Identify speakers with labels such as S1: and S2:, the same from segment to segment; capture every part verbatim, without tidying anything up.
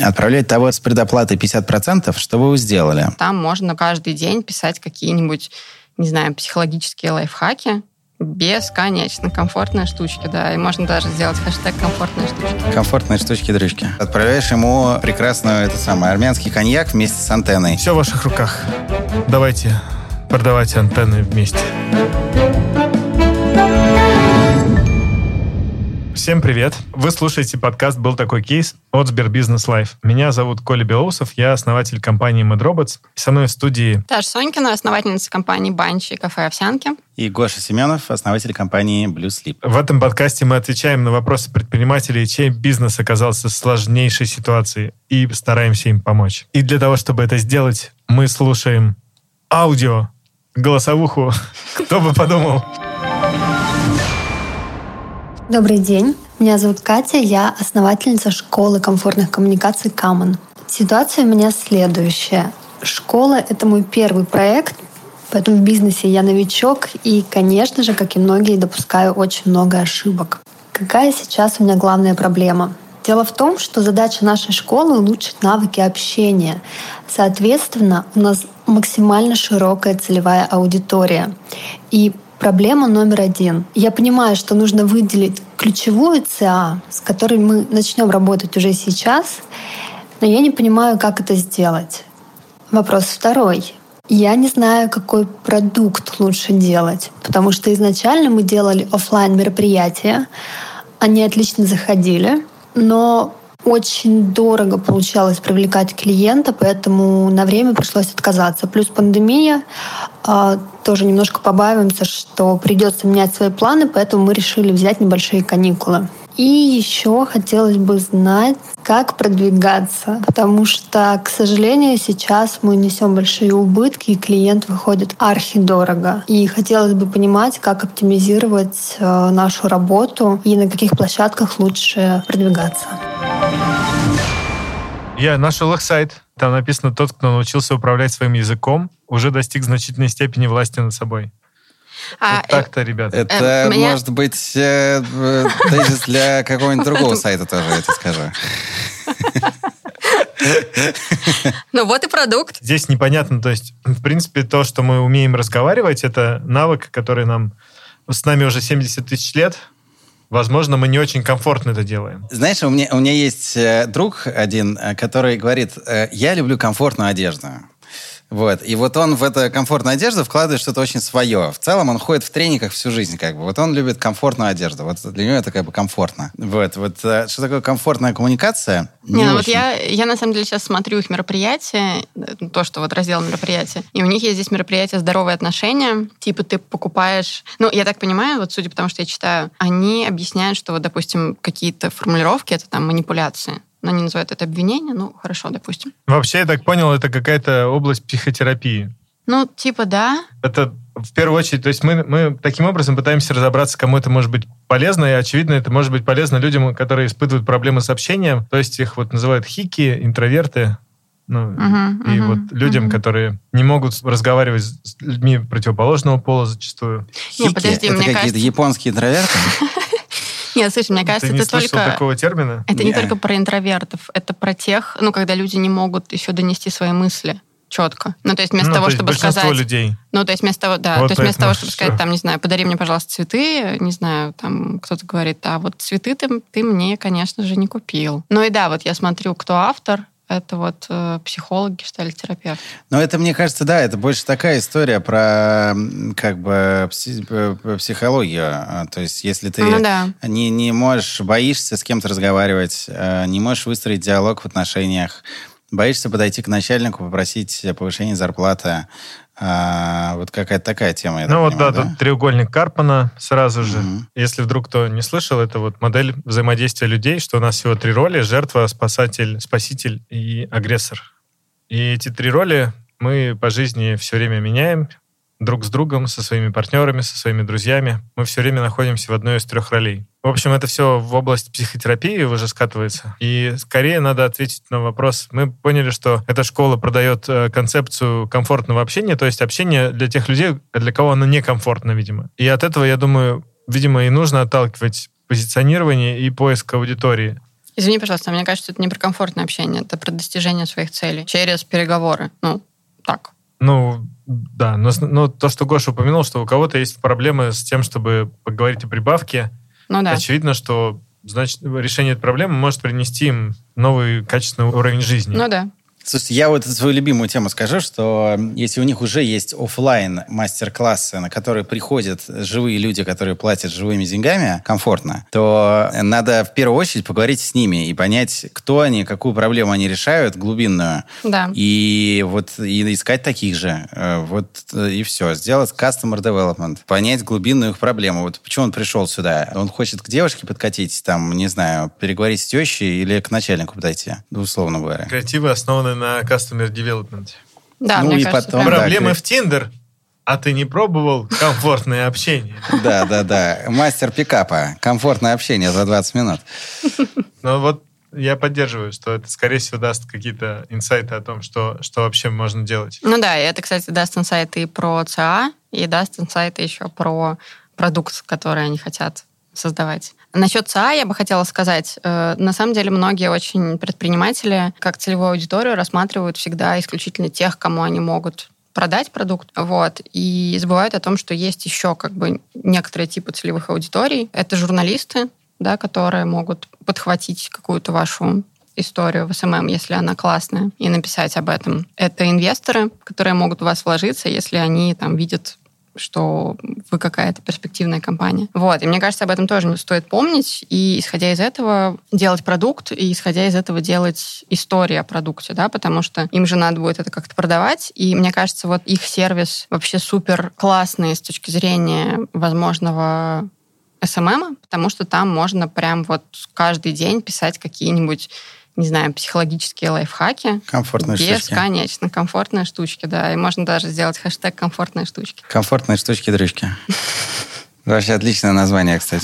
S1: Отправлять того с предоплатой пятьдесят процентов, что вы сделали?
S2: Там можно каждый день писать какие-нибудь, не знаю, психологические лайфхаки. Бесконечно. Комфортные штучки, да. И можно даже сделать хэштег «комфортные штучки».
S1: Комфортные штучки-дрючки. Отправляешь ему прекрасную, это самое, армянский коньяк вместе с антенной.
S3: Все в ваших руках. Давайте продавать антенны вместе. Всем привет! Вы слушаете подкаст «Был такой кейс» от Сбербизнес Лайф. Меня зовут Коля Белоусов, я основатель компании MadRobots. Со мной в студии
S2: Таша Сонькина, основательница компании «Банчи» и кафе «Овсянки».
S1: И Гоша Семенов, основатель компании Blue Sleep.
S3: В этом подкасте мы отвечаем на вопросы предпринимателей, чей бизнес оказался в сложнейшей ситуации, и стараемся им помочь. И для того, чтобы это сделать, мы слушаем аудио, голосовуху. Кто бы подумал?
S4: Добрый день, меня зовут Катя, я основательница школы комфортных коммуникаций Common. Ситуация у меня следующая. Школа — это мой первый проект, поэтому в бизнесе я новичок и, конечно же, как и многие, допускаю очень много ошибок. Какая сейчас у меня главная проблема? Дело в том, что задача нашей школы — улучшить навыки общения. Соответственно, у нас максимально широкая целевая аудитория. И проблема номер один. Я понимаю, что нужно выделить ключевую ЦА, с которой мы начнем работать уже сейчас, но я не понимаю, как это сделать. Вопрос второй. Я не знаю, какой продукт лучше делать, потому что изначально мы делали офлайн мероприятия, они отлично заходили, но очень дорого получалось привлекать клиента, поэтому на время пришлось отказаться. Плюс пандемия, тоже немножко побаиваемся, что придется менять свои планы, поэтому мы решили взять небольшие каникулы. И еще хотелось бы знать, как продвигаться, потому что, к сожалению, сейчас мы несем большие убытки, и клиент выходит архидорого. И хотелось бы понимать, как оптимизировать нашу работу и на каких площадках лучше продвигаться.
S3: Я нашел их сайт. Там написано: тот, кто научился управлять своим языком, уже достиг значительной степени власти над собой. А, вот так-то, ребята.
S1: Это
S2: э, меня...
S1: может быть э, тезис для какого-нибудь другого сайта тоже, я тебе скажу.
S2: Ну вот и продукт.
S3: Здесь непонятно, то есть, в принципе, то, что мы умеем разговаривать, это навык, который нам... С нами уже семьдесят тысяч лет. Возможно, мы не очень комфортно это делаем.
S1: Знаешь, у меня, у меня есть друг один, который говорит: я люблю комфортную одежду. Вот. И вот он в эту комфортную одежду вкладывает что-то очень свое. В целом он ходит в трениках всю жизнь. Как бы. Вот он любит комфортную одежду. Вот для него это как бы комфортно. Вот. Вот. Что такое комфортная коммуникация? Не,
S2: не ну
S1: очень.
S2: Вот я, я на самом деле сейчас смотрю их мероприятия, то, что вот раздел мероприятия, и у них есть здесь мероприятие «Здоровые отношения». Типа ты покупаешь... Ну, я так понимаю, вот судя по тому, что я читаю, они объясняют, что вот, допустим, какие-то формулировки — это там манипуляции. Но они называют это обвинение, ну, хорошо, допустим.
S3: Вообще, я так понял, это какая-то область психотерапии.
S2: Ну, типа, да.
S3: Это в первую очередь, то есть мы, мы таким образом пытаемся разобраться, кому это может быть полезно, и, очевидно, это может быть полезно людям, которые испытывают проблемы с общением, то есть их вот называют хики, интроверты, ну, uh-huh, и uh-huh, вот людям, uh-huh. которые не могут разговаривать с людьми противоположного пола зачастую.
S1: Хики? Не, подожди, это мне какие-то кажется... японские интроверты?
S2: Нет, слушай, мне кажется,
S3: Ты не
S2: это
S3: слышал
S2: только...
S3: такого термина?
S2: Это не
S1: Не.
S2: только про интровертов, это про тех, ну, когда люди не могут еще донести свои мысли четко. Ну, то есть вместо
S3: ну,
S2: того,
S3: то есть
S2: чтобы сказать...
S3: людей.
S2: Ну, то есть вместо того, да,
S3: Вот
S2: то есть вместо того, чтобы
S3: все.
S2: сказать, там, не знаю, подари мне, пожалуйста, цветы, не знаю, там кто-то говорит, а вот цветы ты, ты мне, конечно же, не купил. Ну и да, вот я смотрю, кто автор, это вот э, психолог, гештальт-терапевт.
S1: Ну, это, мне кажется, да, это больше такая история про как бы пси- психологию. То есть, если ты
S2: ну, да.
S1: не, не можешь, боишься с кем-то разговаривать, не можешь выстроить диалог в отношениях, боишься подойти к начальнику, попросить повышение зарплаты. А, вот какая-то такая тема, я
S3: Ну вот
S1: понимаю,
S3: да,
S1: да,
S3: тут треугольник Карпмана сразу же.
S1: Mm-hmm.
S3: Если вдруг кто не слышал, это вот модель взаимодействия людей, что у нас всего три роли: жертва, спасатель, спаситель и агрессор. И эти три роли мы по жизни все время меняем друг с другом, со своими партнерами, со своими друзьями. Мы все время находимся в одной из трех ролей. В общем, это все в область психотерапии уже скатывается. И скорее надо ответить на вопрос. Мы поняли, что эта школа продает концепцию комфортного общения, то есть общение для тех людей, для кого оно некомфортно, видимо. И от этого, я думаю, видимо, и нужно отталкивать позиционирование и поиск аудитории.
S2: Извини, пожалуйста, мне кажется, это не про комфортное общение, это про достижение своих целей через переговоры. Ну, так.
S3: Ну, да. Но, но то, что Гоша упомянул, что у кого-то есть проблемы с тем, чтобы поговорить о прибавке,
S2: ну, да.
S3: Очевидно, что значит, решение этой проблемы может принести им новый качественный уровень жизни.
S2: Ну да.
S1: Слушайте, я вот свою любимую тему скажу, что если у них уже есть офлайн мастер-классы, на которые приходят живые люди, которые платят живыми деньгами, комфортно, то надо в первую очередь поговорить с ними и понять, кто они, какую проблему они решают, глубинную.
S2: Да.
S1: И вот и искать таких же. Вот и все. Сделать customer development. Понять глубинную их проблему. Вот почему он пришел сюда? Он хочет к девушке подкатить, там, не знаю, переговорить с тещей или к начальнику подойти, условно говоря.
S3: Креативы основаны на customer development.
S2: Да,
S1: ну,
S2: мне
S1: и
S2: кажется,
S1: потом,
S2: прям...
S3: Проблемы
S1: да,
S3: в Tinder, а ты не пробовал комфортное общение?
S1: Да, да, да. Мастер пикапа. Комфортное общение за двадцать минут.
S3: Ну вот я поддерживаю, что это, скорее всего, даст какие-то инсайты о том, что, что вообще можно делать.
S2: Ну да, и это, кстати, даст инсайты и про ЦА, и даст инсайты еще про продукт, который они хотят создавать. Насчет ЦА я бы хотела сказать, э, на самом деле многие очень предприниматели как целевую аудиторию рассматривают всегда исключительно тех, кому они могут продать продукт, вот, и забывают о том, что есть еще как бы некоторые типы целевых аудиторий. Это журналисты, да, которые могут подхватить какую-то вашу историю в эс эм эм, если она классная, и написать об этом. Это инвесторы, которые могут в вас вложиться, если они там видят, что вы какая-то перспективная компания. Вот. И мне кажется, об этом тоже стоит помнить, и исходя из этого делать продукт, и исходя из этого делать историю о продукте, да, потому что им же надо будет это как-то продавать, и мне кажется, вот их сервис вообще супер классный с точки зрения возможного эс эм эм, потому что там можно прям вот каждый день писать какие-нибудь, не знаю, психологические лайфхаки.
S1: Комфортные штучки.
S2: Бесконечно. Комфортные штучки, да. И можно даже сделать хэштег «комфортные штучки».
S1: Комфортные штучки-дрючки. Вообще отличное название, кстати.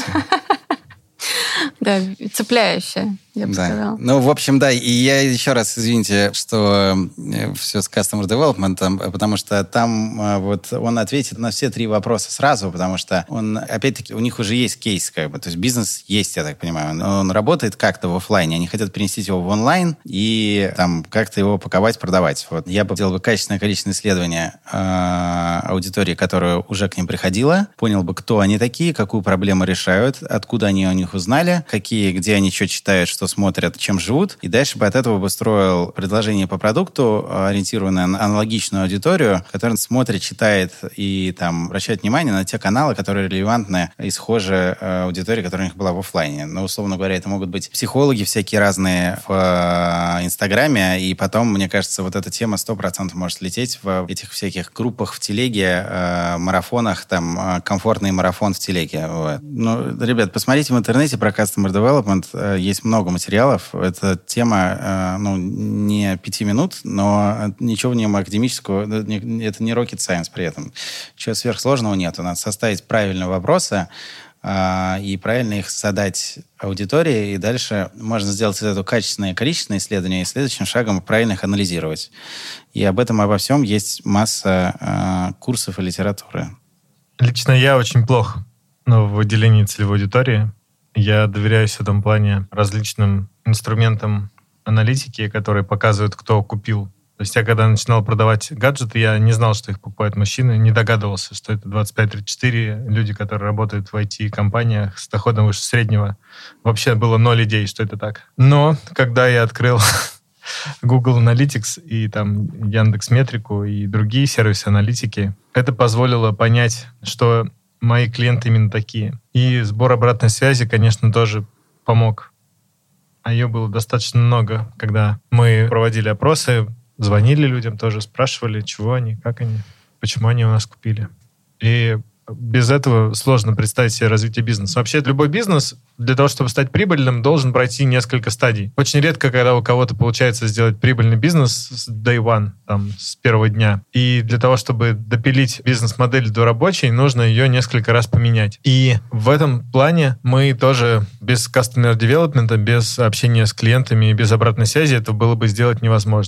S2: Да, цепляющее, я бы
S1: да.
S2: сказала.
S1: Ну, в общем, да, и я еще раз, извините, что все с Customer Development, потому что там вот он ответит на все три вопроса сразу, потому что он, опять-таки, у них уже есть кейс, как бы, то есть бизнес есть, я так понимаю, но он работает как-то в офлайне, они хотят перенести его в онлайн и там как-то его паковать, продавать. Вот. Я бы сделал бы качественное количественное исследование э, аудитории, которая уже к ним приходила, понял бы, кто они такие, какую проблему решают, откуда они о них узнали, какие, где они что читают, что смотрят, чем живут. И дальше бы от этого бы строил предложение по продукту, ориентированное на аналогичную аудиторию, которая смотрит, читает и там обращает внимание на те каналы, которые релевантны и схожи аудитории, которая у них была в офлайне. Но, условно говоря, это могут быть психологи всякие разные в Инстаграме, и потом, мне кажется, вот эта тема сто процентов может лететь в этих всяких группах в телеге, марафонах, там, комфортный марафон в телеге. Вот. Ну, ребят, посмотрите в интернете про Customer Development, есть много материалов. Это тема, ну, не пяти минут, но ничего в нем академического, это не rocket science при этом. Чего сверхсложного нет. Надо составить правильные вопросы и правильно их задать аудитории, и дальше можно сделать это качественное и количественное исследование, и следующим шагом правильно их анализировать. И об этом, обо всем есть масса курсов и литературы.
S3: Лично я очень плох в выделении целевой аудитории. Я доверяюсь в этом плане различным инструментам аналитики, которые показывают, кто купил. То есть я когда начинал продавать гаджеты, я не знал, что их покупают мужчины, не догадывался, что это двадцать пять тридцать четыре люди, которые работают в ай ти-компаниях с доходом выше среднего. Вообще было ноль идей, что это так. Но когда я открыл Google Analytics и там Яндекс.Метрику и другие сервисы аналитики, это позволило понять, что мои клиенты именно такие. И сбор обратной связи, конечно, тоже помог. А ее было достаточно много, когда мы проводили опросы, звонили людям тоже, спрашивали, чего они, как они, почему они у нас купили. И без этого сложно представить себе развитие бизнеса. Вообще, любой бизнес для того, чтобы стать прибыльным, должен пройти несколько стадий. Очень редко, когда у кого-то получается сделать прибыльный бизнес с day one, там, с первого дня. И для того, чтобы допилить бизнес-модель до рабочей, нужно ее несколько раз поменять. И в этом плане мы тоже без customer development, без общения с клиентами и без обратной связи это было бы сделать невозможно.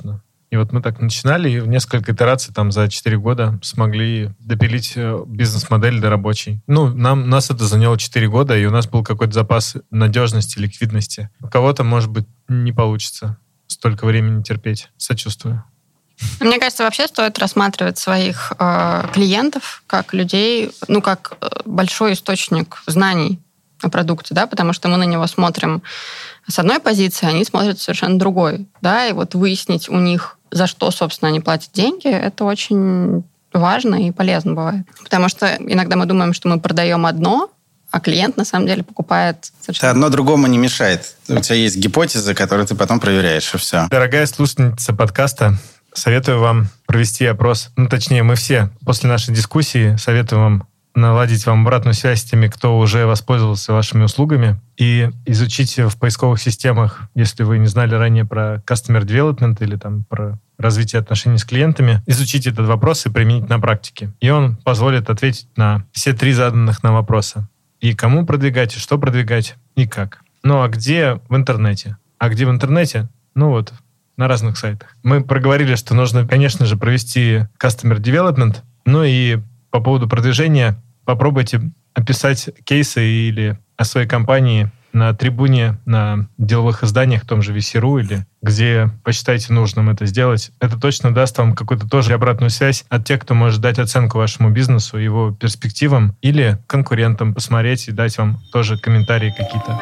S3: И вот мы так начинали, и в несколько итераций там за четыре года смогли допилить бизнес-модель до рабочей. Ну, нам, нас это заняло четыре года, и у нас был какой-то запас надежности, ликвидности. У кого-то, может быть, не получится столько времени терпеть. Сочувствую.
S2: Мне кажется, вообще стоит рассматривать своих э, клиентов как людей, ну, как большой источник знаний о продукте, да, потому что мы на него смотрим с одной позиции, они смотрят совершенно другой, да, и вот выяснить у них, за что, собственно, они платят деньги, это очень важно и полезно бывает. Потому что иногда мы думаем, что мы продаем одно, а клиент, на самом деле, покупает совершенно...
S1: Одно другому не мешает. У тебя есть гипотеза, которую ты потом проверяешь, и все.
S3: Дорогая слушательница подкаста, советую вам провести опрос. Ну, точнее, мы все после нашей дискуссии советуем вам наладить вам обратную связь с теми, кто уже воспользовался вашими услугами, и изучите в поисковых системах, если вы не знали ранее про Customer Development или там про развитие отношений с клиентами, изучите этот вопрос и применить на практике. И он позволит ответить на все три заданных нам вопроса. И кому продвигать, и что продвигать, и как. Ну, а где в интернете? А где в интернете? Ну вот, на разных сайтах. Мы проговорили, что нужно, конечно же, провести Customer Development, ну и по поводу продвижения попробуйте описать кейсы или о своей компании на трибуне, на деловых изданиях, в том же ви си точка ру, или где посчитаете нужным это сделать. Это точно даст вам какую-то тоже обратную связь от тех, кто может дать оценку вашему бизнесу, его перспективам, или конкурентам посмотреть и дать вам тоже комментарии какие-то.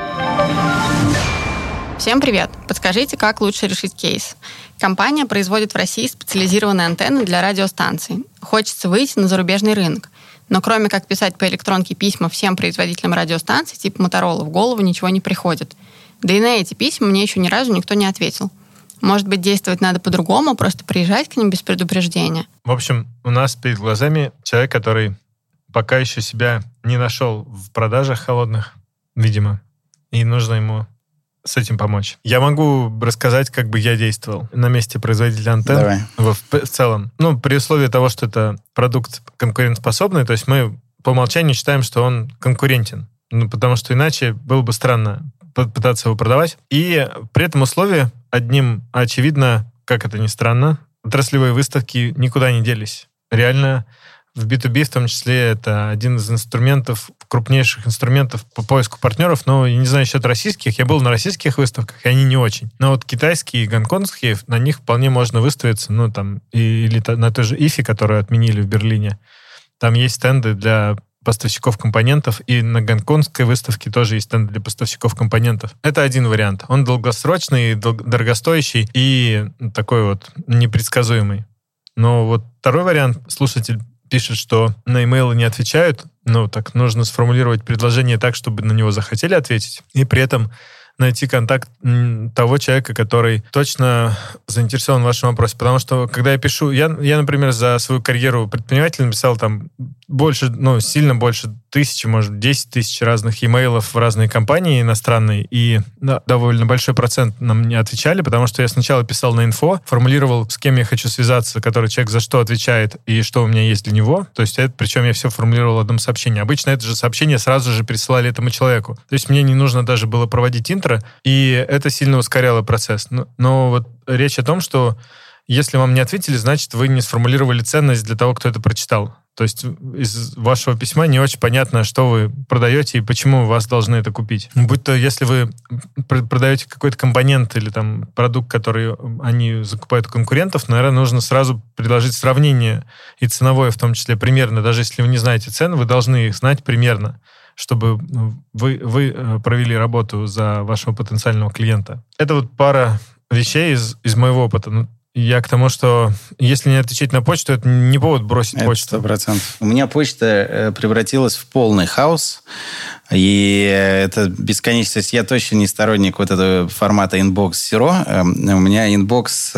S2: Всем привет! Подскажите, как лучше решить кейс? Компания производит в России специализированные антенны для радиостанций. Хочется выйти на зарубежный рынок. Но кроме как писать по электронке письма всем производителям радиостанций типа Motorola, в голову ничего не приходит. Да и на эти письма мне еще ни разу никто не ответил. Может быть, действовать надо по-другому, просто приезжать к ним без предупреждения?
S3: В общем, у нас перед глазами человек, который пока еще себя не нашел в продажах холодных, видимо, и нужно ему с этим помочь. Я могу рассказать, как бы я действовал на месте производителя антенн в, в целом. Ну, при условии того, что это продукт конкурентоспособный, то есть мы по умолчанию считаем, что он конкурентен. Ну, потому что иначе было бы странно пытаться его продавать. И при этом условии одним, очевидно, как это ни странно, отраслевые выставки никуда не делись. Реально в би ту би в том числе это один из инструментов, крупнейших инструментов по поиску партнеров, но я не знаю насчет российских. Я был на российских выставках, и они не очень. Но вот китайские и гонконгские, на них вполне можно выставиться, ну там, или на той же ифи, которую отменили в Берлине. Там есть стенды для поставщиков компонентов, и на гонконгской выставке тоже есть стенды для поставщиков компонентов. Это один вариант. Он долгосрочный, дорогостоящий и такой вот непредсказуемый. Но вот второй вариант, слушатель пишет, что на имейлы не отвечают, ну, так нужно сформулировать предложение так, чтобы на него захотели ответить, и при этом найти контакт того человека, который точно заинтересован в вашем вопросе. Потому что, когда я пишу... Я, я например, за свою карьеру предпринимателя написал там больше, ну, сильно больше тысячи, может, десять тысяч разных имейлов в разные компании иностранные, и да, довольно большой процент нам не отвечали, потому что я сначала писал на инфо, формулировал, с кем я хочу связаться, который человек за что отвечает, и что у меня есть для него. То есть, это, причем я все формулировал в одном сообщении. Обычно это же сообщение сразу же присылали этому человеку. То есть, мне не нужно даже было проводить интро, и это сильно ускоряло процесс. Но, но вот речь о том, что если вам не ответили, значит, вы не сформулировали ценность для того, кто это прочитал. То есть из вашего письма не очень понятно, что вы продаете и почему вас должны это купить. Будь то, если вы продаете какой-то компонент или там продукт, который они закупают у конкурентов, наверное, нужно сразу предложить сравнение и ценовое в том числе примерно. Даже если вы не знаете цен, вы должны их знать примерно, чтобы вы, вы провели работу за вашего потенциального клиента. Это вот пара вещей из, из моего опыта. Я к тому, что если не отвечать на почту, это не повод бросить
S1: это
S3: почту.
S1: сто процентов. У меня почта превратилась в полный хаос, и это бесконечность. Я точно не сторонник вот этого формата inbox-zero. У меня inbox,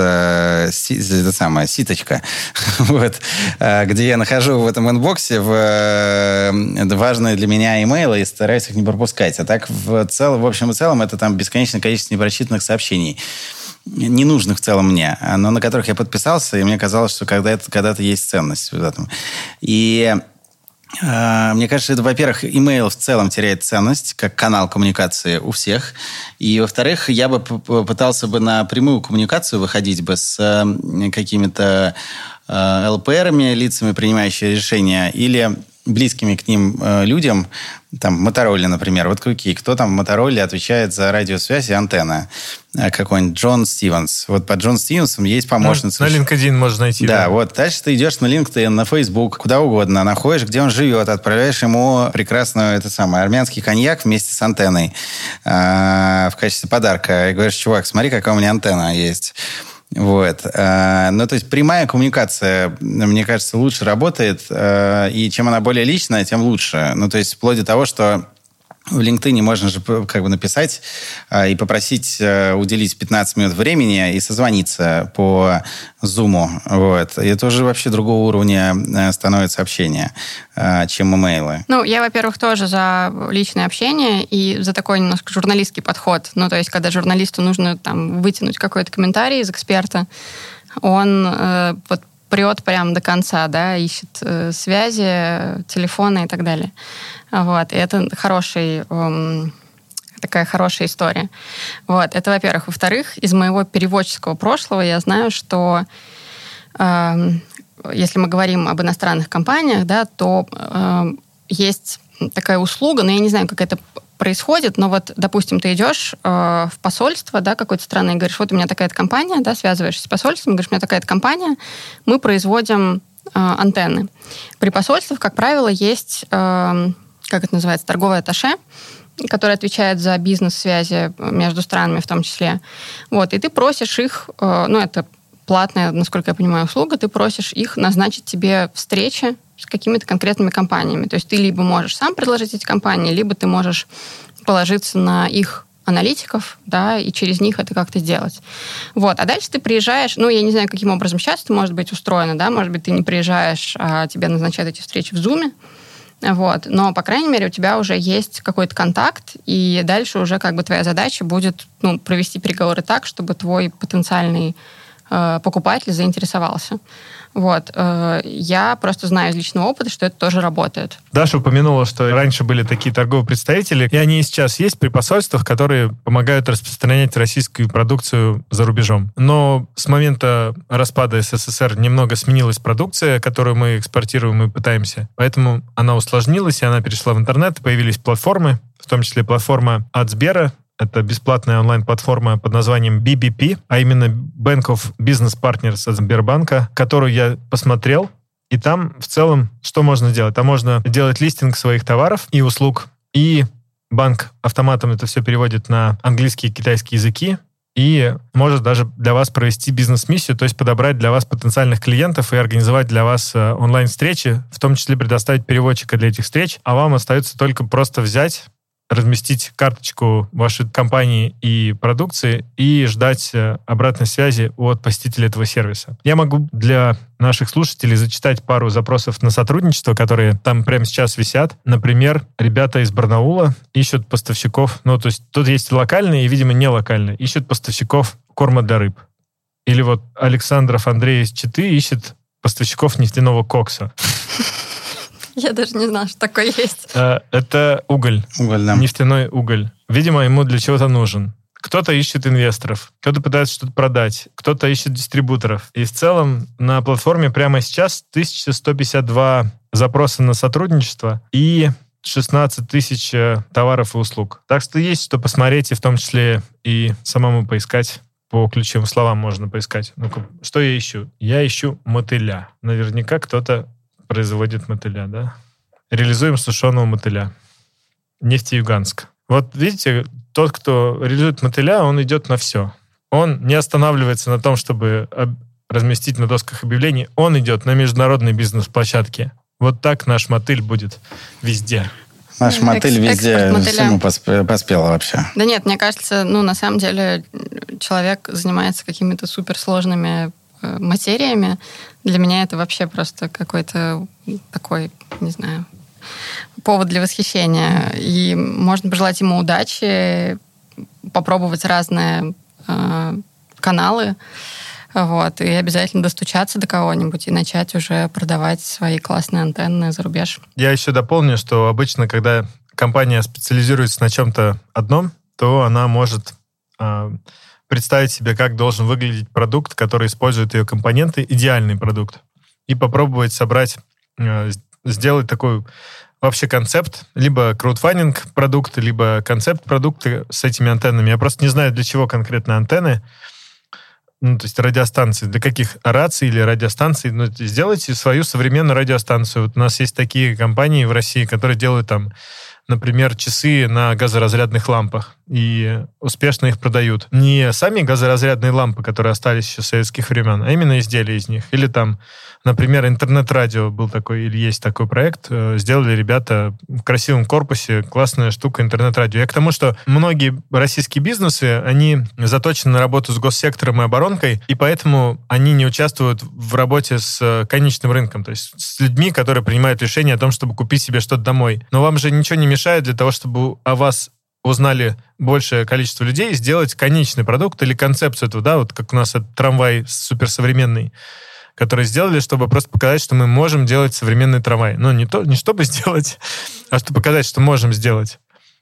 S1: это самая ситочка, вот, где я нахожу в этом инбоксе в важные для меня имейлы и стараюсь их не пропускать. А так, в, целом, в общем и целом, это там бесконечное количество непрочитанных сообщений. Ненужных в целом мне, но на которых я подписался, и мне казалось, что когда-то, когда-то есть ценность в этом. И Мне кажется, это, во-первых, имейл в целом теряет ценность как канал коммуникации у всех. И, во-вторых, я бы попытался бы на прямую коммуникацию выходить бы с какими-то эл пи эр-ами, лицами, принимающими решения, или близкими к ним э, людям, там, Motorola, например. Вот какие? Кто там в Motorola отвечает за радиосвязь и антенна? Какой-нибудь Джон Стивенс. Вот по Джон Стивенсу есть помощница.
S3: Ну, на LinkedIn можно найти.
S1: Да,
S3: да,
S1: вот. Дальше ты идешь на LinkedIn, на Facebook, куда угодно, находишь, где он живет, отправляешь ему прекрасную, это самое, армянский коньяк вместе с антенной э, в качестве подарка. И говоришь, чувак, смотри, какая у меня антенна есть. Вот. Ну, то есть прямая коммуникация, мне кажется, лучше работает, и чем она более личная, тем лучше. Ну, то есть вплоть до того, что в LinkedIn можно же как бы написать и попросить уделить пятнадцать минут времени и созвониться по Zoom. Вот. И это уже вообще другого уровня становится общение, чем имейлы.
S2: Ну, я, во-первых, тоже за личное общение и за такой немножко журналистский подход. Ну, то есть, когда журналисту нужно там вытянуть какой-то комментарий из эксперта, он э, вот прет прям до конца, да, ищет э, связи, телефоны и так далее. Вот. И это хороший, эм, такая хорошая история. Вот. Это, во-первых. Во-вторых, из моего переводческого прошлого я знаю, что э, если мы говорим об иностранных компаниях, да, то э, есть такая услуга, но я не знаю, как это происходит, но вот, допустим, ты идешь э, в посольство, да, какой-то страны и говоришь, вот у меня такая-то компания, да, связываешься с посольством, говоришь, у меня такая-то компания, мы производим э, антенны. При посольствах, как правило, есть, э, как это называется, торговое атташе, который отвечает за бизнес-связи между странами в том числе. Вот, и ты просишь их, э, ну, это платная, насколько я понимаю, услуга, ты просишь их назначить тебе встречи с какими-то конкретными компаниями. То есть ты либо можешь сам предложить эти компании, либо ты можешь положиться на их аналитиков, да, и через них это как-то сделать. Вот. А дальше ты приезжаешь, ну, я не знаю, каким образом сейчас это может быть устроено, да, может быть, ты не приезжаешь, а тебе назначают эти встречи в Zoom, вот, но, по крайней мере, у тебя уже есть какой-то контакт, и дальше уже как бы твоя задача будет, ну, провести переговоры так, чтобы твой потенциальный э, покупатель заинтересовался. Вот. Я просто знаю из личного опыта, что это тоже работает.
S3: Даша упомянула, что раньше были такие торговые представители, и они и сейчас есть при посольствах, которые помогают распространять российскую продукцию за рубежом. Но с момента распада эс эс эс эр немного сменилась продукция, которую мы экспортируем и пытаемся. Поэтому она усложнилась, и она перешла в интернет, появились платформы, в том числе платформа от Сбера. Это бесплатная онлайн-платформа под названием би би пи, а именно Bank of Business Partners от Сбербанка, которую я посмотрел. И там в целом что можно делать? Там можно делать листинг своих товаров и услуг. И банк автоматом это все переводит на английский и китайский языки. И может даже для вас провести бизнес-миссию, то есть подобрать для вас потенциальных клиентов и организовать для вас онлайн-встречи, в том числе предоставить переводчика для этих встреч. А вам остается только просто взять, разместить карточку вашей компании и продукции и ждать обратной связи от посетителей этого сервиса. Я могу для наших слушателей зачитать пару запросов на сотрудничество, которые там прямо сейчас висят. Например, ребята из Барнаула ищут поставщиков, ну, то есть тут есть локальные и, видимо, не локальные, ищут поставщиков корма для рыб. Или вот Александров Андрей из Читы ищет поставщиков нефтяного кокса.
S2: Я даже не знала, что такое есть.
S3: Это уголь.
S1: Уголь, да.
S3: Нефтяной уголь. Видимо, ему для чего-то нужен. Кто-то ищет инвесторов, кто-то пытается что-то продать, кто-то ищет дистрибуторов. И в целом на платформе прямо сейчас тысяча сто пятьдесят два запроса на сотрудничество и шестнадцать тысяч товаров и услуг. Так что есть что посмотреть, и в том числе и самому поискать. По ключевым словам можно поискать. Ну-ка, что я ищу? Я ищу мотыля. Наверняка кто-то производит мотыля, да? Реализуем сушеного мотыля. Нефтеюганск. Вот видите, тот, кто реализует мотыля, он идет на все. Он не останавливается на том, чтобы разместить на досках объявлений. Он идет на международные бизнес-площадки. Вот так наш мотыль будет везде.
S1: Наш мотыль
S2: Экс-
S1: везде всему посп- поспел вообще.
S2: Да нет, мне кажется, ну, на самом деле человек занимается какими-то суперсложными материями. Для меня это вообще просто какой-то такой, не знаю, повод для восхищения. И можно пожелать ему удачи, попробовать разные э, каналы, Вот, и обязательно достучаться до кого-нибудь и начать уже продавать свои классные антенны за рубеж.
S3: Я еще дополню, что обычно, когда компания специализируется на чем-то одном, то она может э, представить себе, как должен выглядеть продукт, который использует ее компоненты, идеальный продукт, и попробовать собрать, э, сделать такой вообще концепт, либо краудфандинг продукт, либо концепт продукта с этими антеннами. Я просто не знаю, для чего конкретно антенны, ну, то есть радиостанции, для каких раций или радиостанций. Ну, сделайте свою современную радиостанцию. Вот у нас есть такие компании в России, которые делают там, например, часы на газоразрядных лампах и успешно их продают. Не сами газоразрядные лампы, которые остались еще с советских времен, а именно изделия из них. Или там, например, интернет-радио был такой, или есть такой проект. Сделали ребята в красивом корпусе, классная штука интернет-радио. Я к тому, что многие российские бизнесы, они заточены на работу с госсектором и оборонкой, и поэтому они не участвуют в работе с конечным рынком, то есть с людьми, которые принимают решение о том, чтобы купить себе что-то домой. Но вам же ничего не мешает для того, чтобы о вас узнали большее количество людей, сделать конечный продукт или концепцию этого, да, вот как у нас этот трамвай суперсовременный, который сделали, чтобы просто показать, что мы можем делать современный трамвай. Ну, не, то, не чтобы сделать, а чтобы показать, что можем сделать.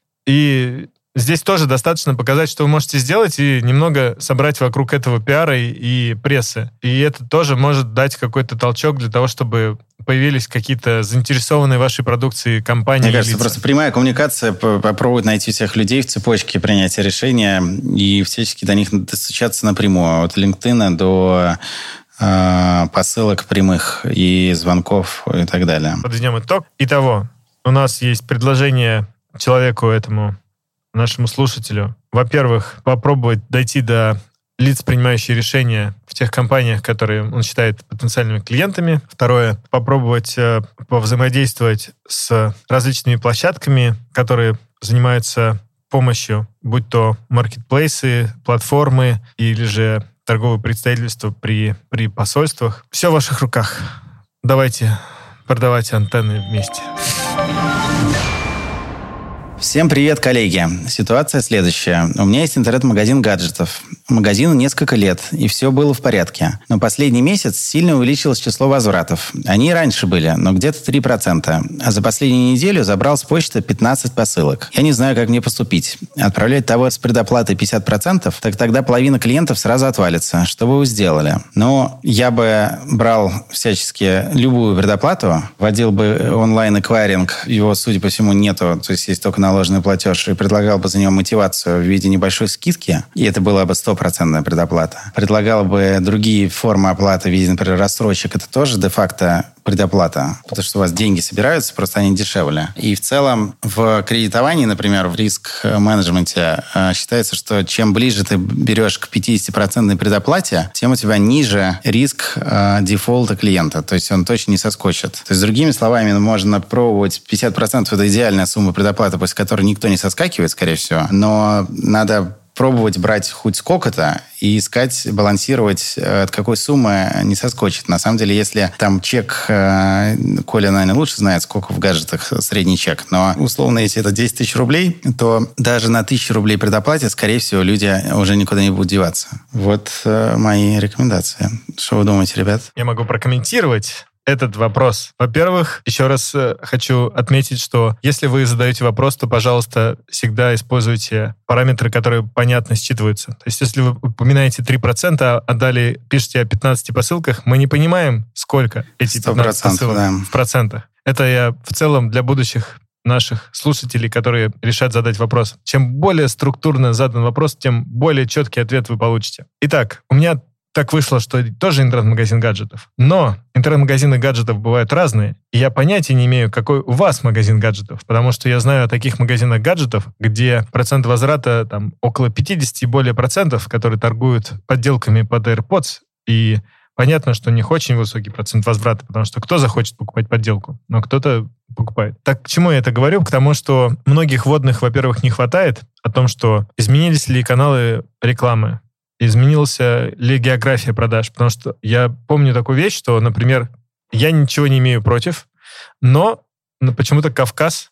S3: И здесь тоже достаточно показать, что вы можете сделать, и немного собрать вокруг этого пиара и, и прессы. И это тоже может дать какой-то толчок для того, чтобы появились какие-то заинтересованные в вашей продукции компании.
S1: Мне кажется,
S3: лица.
S1: Просто прямая коммуникация попробует найти всех людей в цепочке принятия решения и всячески до них достучаться напрямую. От LinkedIn до э, посылок прямых и звонков и так далее.
S3: Подведем итог. Итого, у нас есть предложение человеку этому, нашему слушателю. Во-первых, попробовать дойти до лиц, принимающих решения в тех компаниях, которые он считает потенциальными клиентами. Второе, попробовать э, повзаимодействовать с различными площадками, которые занимаются помощью, будь то маркетплейсы, платформы или же торговые представительства при, при посольствах. Все в ваших руках. Давайте продавать антенны вместе.
S1: Всем привет, коллеги. Ситуация следующая. У меня есть интернет-магазин гаджетов. Магазину несколько лет, и все было в порядке. Но последний месяц сильно увеличилось число возвратов. Они и раньше были, но где-то три процента. А за последнюю неделю забрал с почты пятнадцать посылок. Я не знаю, как мне поступить. Отправлять товар с предоплатой пятьдесят процентов, так тогда половина клиентов сразу отвалится. Что бы вы сделали? Но я бы брал всячески любую предоплату, вводил бы онлайн-эквайринг, его, судя по всему, нету, то есть есть только наложенный платеж, и предлагал бы за него мотивацию в виде небольшой скидки, и это была бы стопроцентная предоплата. Предлагал бы другие формы оплаты в виде, например, рассрочек. Это тоже де-факто предоплата, потому что у вас деньги собираются, просто они дешевле. И в целом в кредитовании, например, в риск-менеджменте считается, что чем ближе ты берешь к пятидесятипроцентной предоплате, тем у тебя ниже риск э, дефолта клиента. То есть он точно не соскочит. То есть, другими словами, можно пробовать пятьдесят процентов это идеальная сумма предоплаты, после которой никто не соскакивает, скорее всего. Но надо пробовать брать хоть сколько-то и искать, балансировать, от какой суммы не соскочит. На самом деле, если там чек, Коля, наверное, лучше знает, сколько в гаджетах средний чек, но условно, если это десять тысяч рублей, то даже на тысячу рублей предоплате, скорее всего, люди уже никуда не будут деваться. Вот мои рекомендации. Что вы думаете, ребят?
S3: Я могу прокомментировать этот вопрос. Во-первых, еще раз хочу отметить, что если вы задаете вопрос, то, пожалуйста, всегда используйте параметры, которые понятно считываются. То есть, если вы упоминаете три процента, а далее пишете о пятнадцати посылках, мы не понимаем, сколько эти пятнадцать посылок да. в процентах. Это я в целом для будущих наших слушателей, которые решат задать вопрос. Чем более структурно задан вопрос, тем более четкий ответ вы получите. Итак, у меня так вышло, что тоже интернет-магазин гаджетов. Но интернет-магазины гаджетов бывают разные, и я понятия не имею, какой у вас магазин гаджетов, потому что я знаю о таких магазинах гаджетов, где процент возврата там около пятьдесят и более процентов, которые торгуют подделками под AirPods, и понятно, что у них очень высокий процент возврата, потому что кто захочет покупать подделку, но кто-то покупает. Так к чему я это говорю? К тому, что многих вводных, во-первых, не хватает, о том, что изменились ли каналы рекламы, изменилась ли география продаж. Потому что я помню такую вещь, что, например, я ничего не имею против, но почему-то Кавказ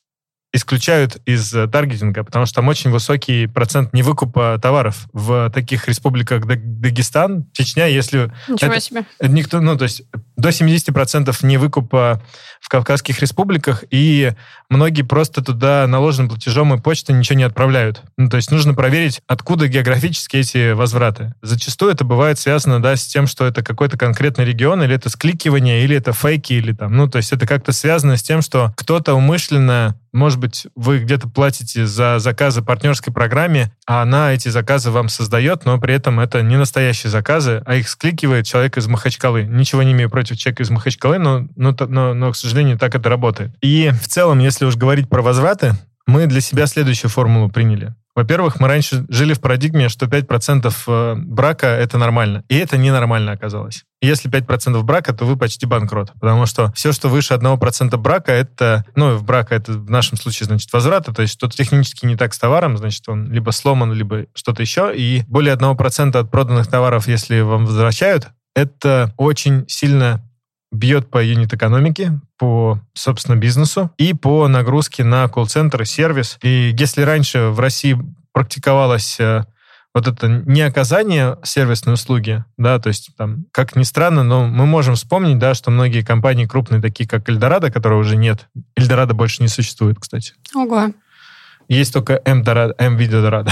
S3: исключают из таргетинга, потому что там очень высокий процент невыкупа товаров. В таких республиках Дагестан, Чечня, если...
S2: Ничего
S3: это,
S2: себе.
S3: Никто, ну, то есть до семьдесят процентов невыкупа в Кавказских республиках, и многие просто туда наложенным платежом и почтой ничего не отправляют. Ну, то есть нужно проверить, откуда географически эти возвраты. Зачастую это бывает связано, да, с тем, что это какой-то конкретный регион, или это скликивание, или это фейки, или там, ну, то есть это как-то связано с тем, что кто-то умышленно, может быть, вы где-то платите за заказы партнерской программе, а она эти заказы вам создает, но при этом это не настоящие заказы, а их скликивает человек из Махачкалы. Ничего не имею против человека из Махачкалы, но, но, но, но, к сожалению, так это работает. И в целом, если уж говорить про возвраты, мы для себя следующую формулу приняли. Во-первых, мы раньше жили в парадигме, что пять процентов брака — это нормально. И это ненормально оказалось. Если пять процентов брака, то вы почти банкрот. Потому что все, что выше одного процента брака, это, ну, в брака это в нашем случае, значит, возврата, то есть что-то технически не так с товаром, значит, он либо сломан, либо что-то еще. И более одного процента от проданных товаров, если вам возвращают, это очень сильно бьет по юнит-экономике, по, собственно, бизнесу и по нагрузке на колл-центр и сервис. И если раньше в России практиковалось э, вот это неоказание сервисной услуги, да, то есть там, как ни странно, но мы можем вспомнить, да, что многие компании крупные, такие как Эльдорадо, которого уже нет, Эльдорадо больше не существует, кстати.
S2: Ого.
S3: Есть только М-Видео Эльдорадо.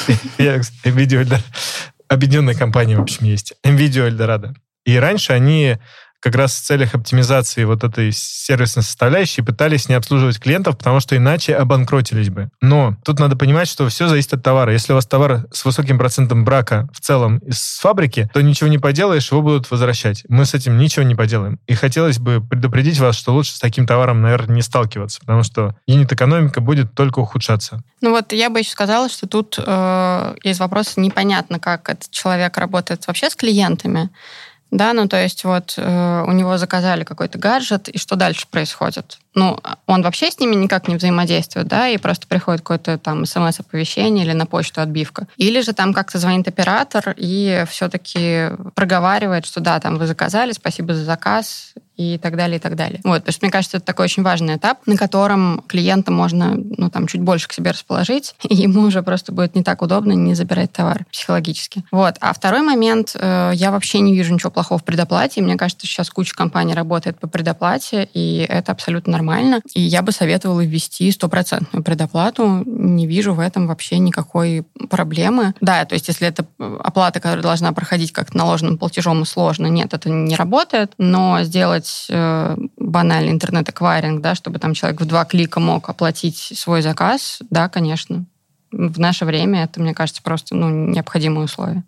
S3: М-Видео Эльдорадо. Объединенная компания, в общем, есть. М-Видео Эльдорадо. И раньше они как раз в целях оптимизации вот этой сервисной составляющей пытались не обслуживать клиентов, потому что иначе обанкротились бы. Но тут надо понимать, что все зависит от товара. Если у вас товар с высоким процентом брака в целом из фабрики, то ничего не поделаешь, его будут возвращать. Мы с этим ничего не поделаем. И хотелось бы предупредить вас, что лучше с таким товаром, наверное, не сталкиваться, потому что юнит-экономика будет только ухудшаться.
S2: Ну вот я бы еще сказала, что тут э, есть вопрос, непонятно, как этот человек работает вообще с клиентами. Да, ну то есть вот э, у него заказали какой-то гаджет, и что дальше происходит? Ну, он вообще с ними никак не взаимодействует, да, и просто приходит какое-то там смс-оповещение или на почту отбивка. Или же там как-то звонит оператор и все-таки проговаривает, что да, там вы заказали, спасибо за заказ, и так далее, и так далее. Вот, потому что, мне кажется, это такой очень важный этап, на котором клиента можно, ну, там, чуть больше к себе расположить, и ему уже просто будет не так удобно не забирать товар психологически. Вот. А второй момент, э, я вообще не вижу ничего плохого в предоплате, и мне кажется, сейчас куча компаний работает по предоплате, и это абсолютно нормально. И я бы советовала ввести стопроцентную предоплату, не вижу в этом вообще никакой проблемы. Да, то есть, если это оплата, которая должна проходить как наложенным платежом, и сложно, нет, это не работает, но сделать банальный интернет-эквайринг, да, чтобы там человек в два клика мог оплатить свой заказ, да, конечно. В наше время это, мне кажется, просто ну, необходимые условия.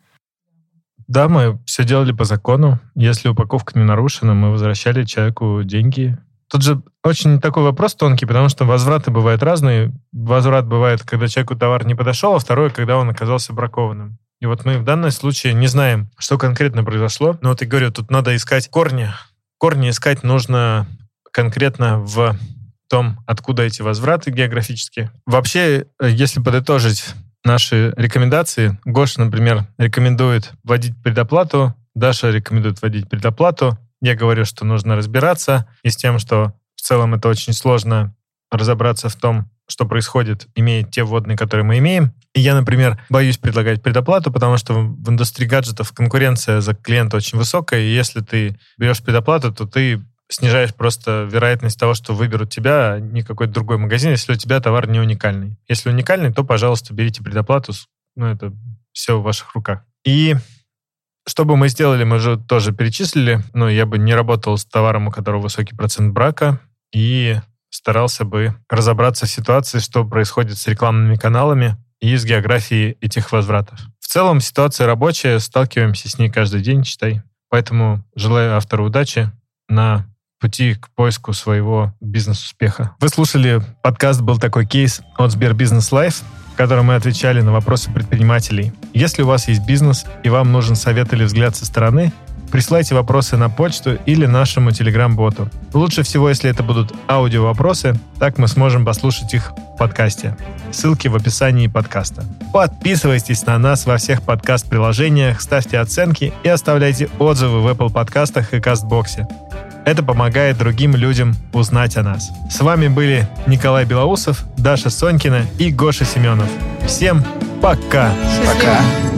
S3: Да, мы все делали по закону. Если упаковка не нарушена, мы возвращали человеку деньги. Тут же очень такой вопрос тонкий, потому что возвраты бывают разные. Возврат бывает, когда человеку товар не подошел, а второй, когда он оказался бракованным. И вот мы в данном случае не знаем, что конкретно произошло. Но вот я говорю, тут надо искать корни. Корни искать нужно конкретно в том, откуда эти возвраты географически. Вообще, если подытожить наши рекомендации, Гоша, например, рекомендует вводить предоплату, Даша рекомендует вводить предоплату. Я говорю, что нужно разбираться и с тем, что в целом это очень сложно разобраться в том, что происходит, имея те вводные, которые мы имеем. И я, например, боюсь предлагать предоплату, потому что в индустрии гаджетов конкуренция за клиента очень высокая, и если ты берешь предоплату, то ты снижаешь просто вероятность того, что выберут тебя, а не какой-то другой магазин, если у тебя товар не уникальный. Если уникальный, то, пожалуйста, берите предоплату. Ну, это все в ваших руках. И что бы мы сделали, мы же тоже перечислили. Ну, я бы не работал с товаром, у которого высокий процент брака, и старался бы разобраться в ситуации, что происходит с рекламными каналами и с географией этих возвратов. В целом ситуация рабочая, сталкиваемся с ней каждый день, читай. Поэтому желаю автору удачи на пути к поиску своего бизнес-успеха. Вы слушали подкаст «Был такой кейс» от Сбербизнес Лайф, в котором мы отвечали на вопросы предпринимателей. Если у вас есть бизнес и вам нужен совет или взгляд со стороны, присылайте вопросы на почту или нашему телеграм-боту. Лучше всего, если это будут аудио-вопросы, так мы сможем послушать их в подкасте. Ссылки в описании подкаста. Подписывайтесь на нас во всех подкаст-приложениях, ставьте оценки и оставляйте отзывы в Apple подкастах и Кастбоксе. Это помогает другим людям узнать о нас. С вами были Николай Белоусов, Даша Сонькина и Гоша Семенов. Всем пока!
S2: Счастливо.
S1: Пока.